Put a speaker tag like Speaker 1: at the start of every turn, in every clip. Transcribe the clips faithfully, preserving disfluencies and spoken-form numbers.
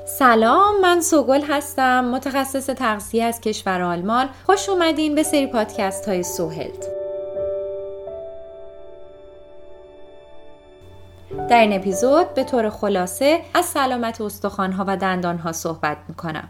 Speaker 1: سلام، من سوگل هستم، متخصص تغذیه از کشور آلمان. خوش اومدین به سری پادکست های سوهلت. در این اپیزود به طور خلاصه از سلامت استخوان‌ها و دندان‌ها صحبت می‌کنم.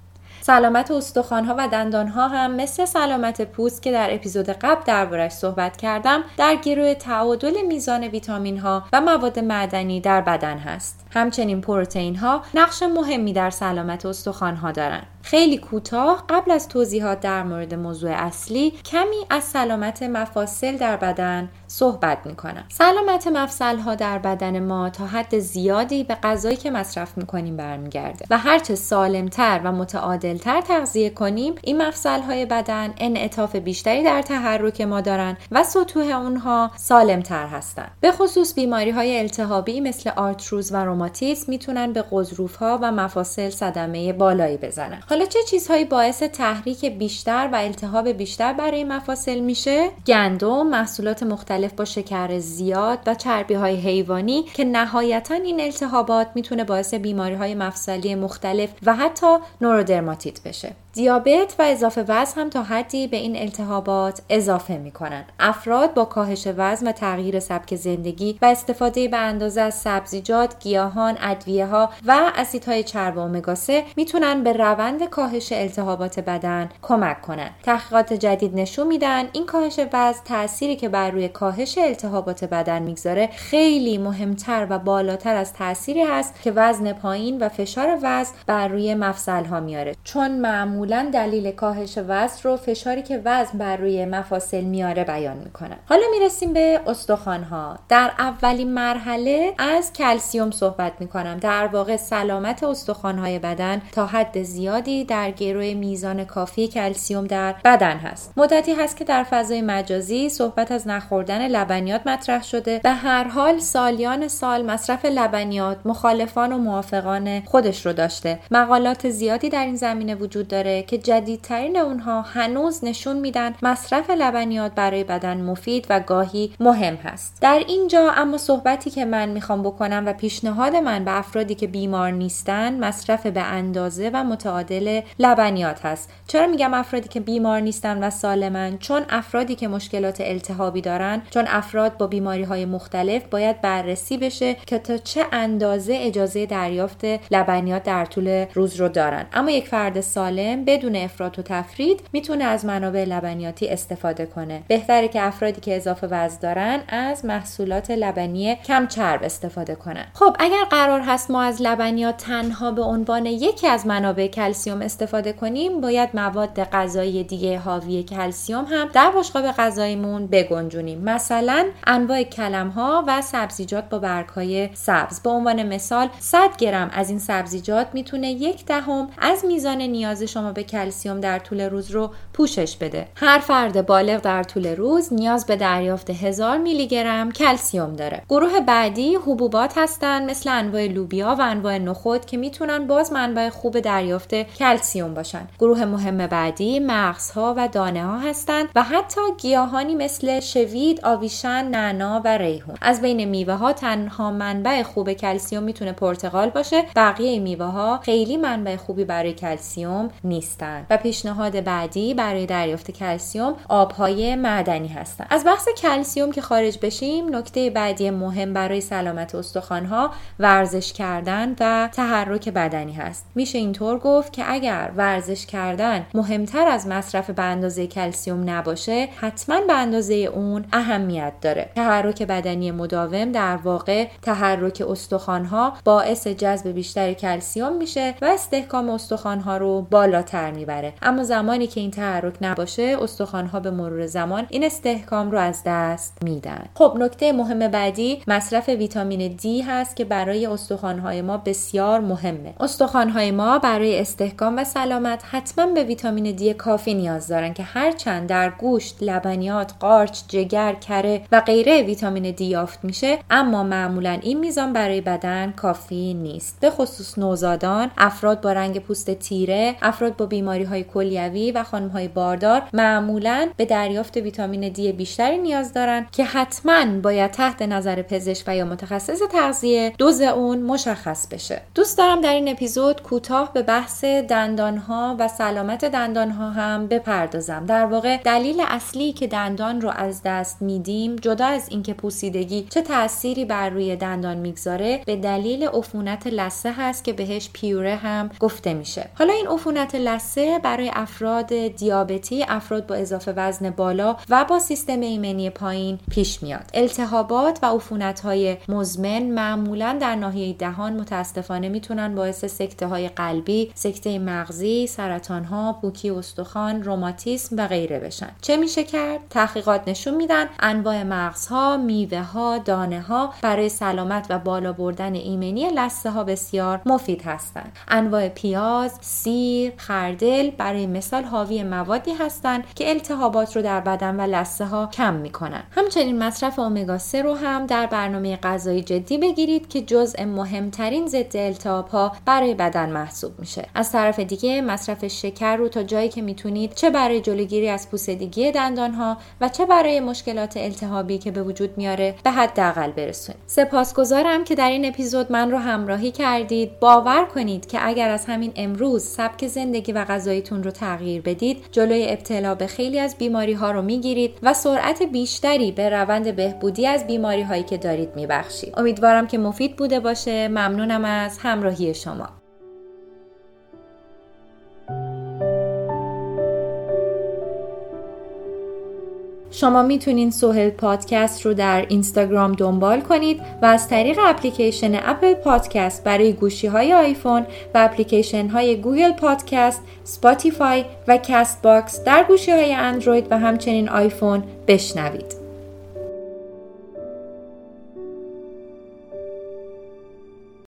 Speaker 1: سلامت استخوان‌ها و دندان‌ها هم مثل سلامت پوست که در اپیزود قبل دربارش صحبت کردم، در گروه تعادل میزان ویتامین‌ها و مواد معدنی در بدن هست. همچنین پروتئین‌ها نقش مهمی در سلامت استخوان‌ها دارند. خیلی کوتاه قبل از توضیحات در مورد موضوع اصلی، کمی از سلامت مفاصل در بدن صحبت می‌کنم. سلامت مفصل‌ها در بدن ما تا حد زیادی به غذایی که مصرف می‌کنیم برمیگرده و هرچه سالم‌تر و متعادل‌تر تغذیه کنیم، این مفصل‌های بدن انعطاف بیشتری در تحرک ما دارن و سطوح اونها سالم‌تر هستن. به خصوص بیماری‌های التهابی مثل آرتروز و روماتیسم میتونن به غضروف‌ها و مفاصل صدمه بالایی بزنن. حالا چه چیزهایی باعث تحریک بیشتر و التهاب بیشتر برای مفاصل میشه؟ گندم، محصولات مختلف با شکر زیاد و چربی‌های حیوانی که نهایتاً این التهابات میتونه باعث بیماری‌های مفصلی مختلف و حتی نورودرماتیت بشه. دیابت و اضافه وزن هم تا حدی به این التهابات اضافه میکنن. افراد با کاهش وزن و تغییر سبک زندگی و استفاده به اندازه از سبزیجات، گیاهان، ادویه‌ها و اسیدهای چرب امگا سه میتونن به روند کاهش التهابات بدن کمک کنن. تحقیقات جدید نشون میدن این کاهش وزن تأثیری که بر روی کاهش التهابات بدن میگذاره خیلی مهمتر و بالاتر از تأثیری هست که وزن پایین و فشار وزن بر روی مفصل‌ها میاره، چون معمولا معمولا دلیل کاهش وزن رو فشاری که وزن بر روی مفاصل میاره بیان میکنن. حالا میرسیم به استخوان‌ها. در اولین مرحله از کلسیم صحبت میکنم. در واقع سلامت استخوان‌های بدن تا حد زیادی در گروه میزان کافی کلسیم در بدن هست. مدتی هست که در فضای مجازی صحبت از نخوردن لبنیات مطرح شده. به هر حال سالیان سال مصرف لبنیات مخالفان و موافقان خودش رو داشته. مقالات زیادی در این زمینه وجود داره که جدیدترین اونها هنوز نشون میدن مصرف لبنیات برای بدن مفید و گاهی مهم هست. در اینجا اما صحبتی که من میخوام بکنم و پیشنهاد من به افرادی که بیمار نیستن مصرف به اندازه و متعادل لبنیات هست. چرا میگم افرادی که بیمار نیستن و سالمن؟ چون افرادی که مشکلات التهابی دارن، چون افراد با بیماری‌های مختلف باید بررسی بشه که تا چه اندازه اجازه دریافت لبنیات در طول روز رو دارن. اما یک فرد سالم بدون افراط و تفرید میتونه از منابع لبنیاتی استفاده کنه. بهتره که افرادی که اضافه وزن دارن از محصولات لبنی کم چرب استفاده کنن. خب اگر قرار هست ما از لبنیات تنها به عنوان یکی از منابع کلسیم استفاده کنیم، باید مواد غذایی دیگه حاوی کلسیم هم در بشقاب غذاییمون بگنجونیم. مثلا انواع کلم‌ها و سبزیجات با برگ‌های سبز. به عنوان مثال صد گرم از این سبزیجات میتونه یک دهم از میزان نیاز شما به کلسیم در طول روز رو پوشش بده. هر فرد بالغ در طول روز نیاز به دریافت هزار میلی گرم کلسیم داره. گروه بعدی حبوبات هستن، مثل انواع لوبیا و انواع نخود که میتونن باز منبع خوب دریافت کلسیم باشن. گروه مهم بعدی مغزها و دانه ها هستن و حتی گیاهانی مثل شوید، آویشن، نعنا و ریحون. از بین میوه ها تنها منبع خوب کلسیم میتونه پرتقال باشه. بقیه میوه ها خیلی منبع خوبی برای کلسیم نیستن. و پیشنهاد بعدی برای دریافت کلسیم آبهای معدنی هستن. از بحث کلسیم که خارج بشیم، نکته بعدی مهم برای سلامت استخوان‌ها ورزش کردن و تحرک بدنی هست. میشه اینطور گفت که اگر ورزش کردن مهمتر از مصرف به اندازه کلسیم نباشه، حتما به اندازه اون اهمیت داره. تحرک بدنی مداوم در واقع تحرک استخوان‌ها باعث جذب بیشتر کلسیم میشه و استحکام استخوان‌ها رو بالاتر میبره. اما زمانی که این تحرک نباشه، استخوان‌ها به مرور زمان این استحکام رو از دست میدن. خب نکته مهم بعدی مصرف ویتامین دی هست که برای استخوان‌های ما بسیار مهمه. استخوان‌های ما برای استحکام و سلامت حتما به ویتامین دی کافی نیاز دارن که هرچند در گوشت، لبنیات، قارچ، جگر، کره و غیره ویتامین دی یافت میشه، اما معمولا این میزان برای بدن کافی نیست. به خصوص نوزادان، افراد با رنگ پوست تیره، افراد با بیماری‌های کلیوی و خانم‌های باردار معمولاً به دریافت ویتامین دی بیشتری نیاز دارن که حتماً باید تحت نظر پزشک و یا متخصص تغذیه دوز دوز اون مشخص بشه. دوست دارم در این اپیزود کوتاه به بحث دندانها و سلامت دندانها هم بپردازم. در واقع دلیل اصلی که دندان رو از دست میدیم، جدا از اینکه پوسیدگی چه تأثیری بر روی دندان میگذاره، به دلیل عفونت لثه هست که بهش پیوره هم گفته میشه. حالا این عفونت لثه برای افراد دیابتی، افراد با اضافه وزن بالا و با سیستم ایمنی پایین پیش میاد. التهابات و عفونت‌های مزمن معمولاً در ناحیه دهان متاسفانه میتونن باعث سکته‌های قلبی، سکته مغزی، سرطان‌ها، پوکی استخوان، روماتیسم و غیره بشن. چه میشه کرد؟ تحقیقات نشون میدن انواع مغزها، میوه‌ها، دانه‌ها برای سلامت و بالا بردن ایمنی لثه‌ها بسیار مفید هستند. انواع پیاز، سیر، خردل برای مثال حاوی موادی هستند که التهابات رو در بدن و لثه‌ها کم میکنن. همچنین مصرف امگا سه رو هم در برنامه غذایی جدی بگیرید که جزء مهمترین ضد التهاب‌ها برای بدن محسوب میشه. از طرف دیگه مصرف شکر رو تا جایی که میتونید، چه برای جلوگیری از پوسیدگی دندان‌ها و چه برای مشکلات التهابی که به وجود میاره به حداقل برسونید. سپاسگزارم که در این اپیزود من رو همراهی کردید. باور کنید که اگر از همین امروز سبک زندگی و غذاییتون رو تغییر بدید، جلوی ابتلا به خیلی از بیماری‌ها رو میگیرید و سرعت بیشتری به روند بهبودی از بیماری‌هایی که دارید میبخشید. امیدوارم که مفید بوده باشه. ممنونم از همراهی شما. شما میتونین سهل پادکست رو در اینستاگرام دنبال کنید و از طریق اپلیکیشن اپل پادکست برای گوشی‌های آیفون و اپلیکیشن‌های گوگل پادکست، اسپاتیفای و کست باکس در گوشی‌های اندروید و همچنین آیفون بشنوید.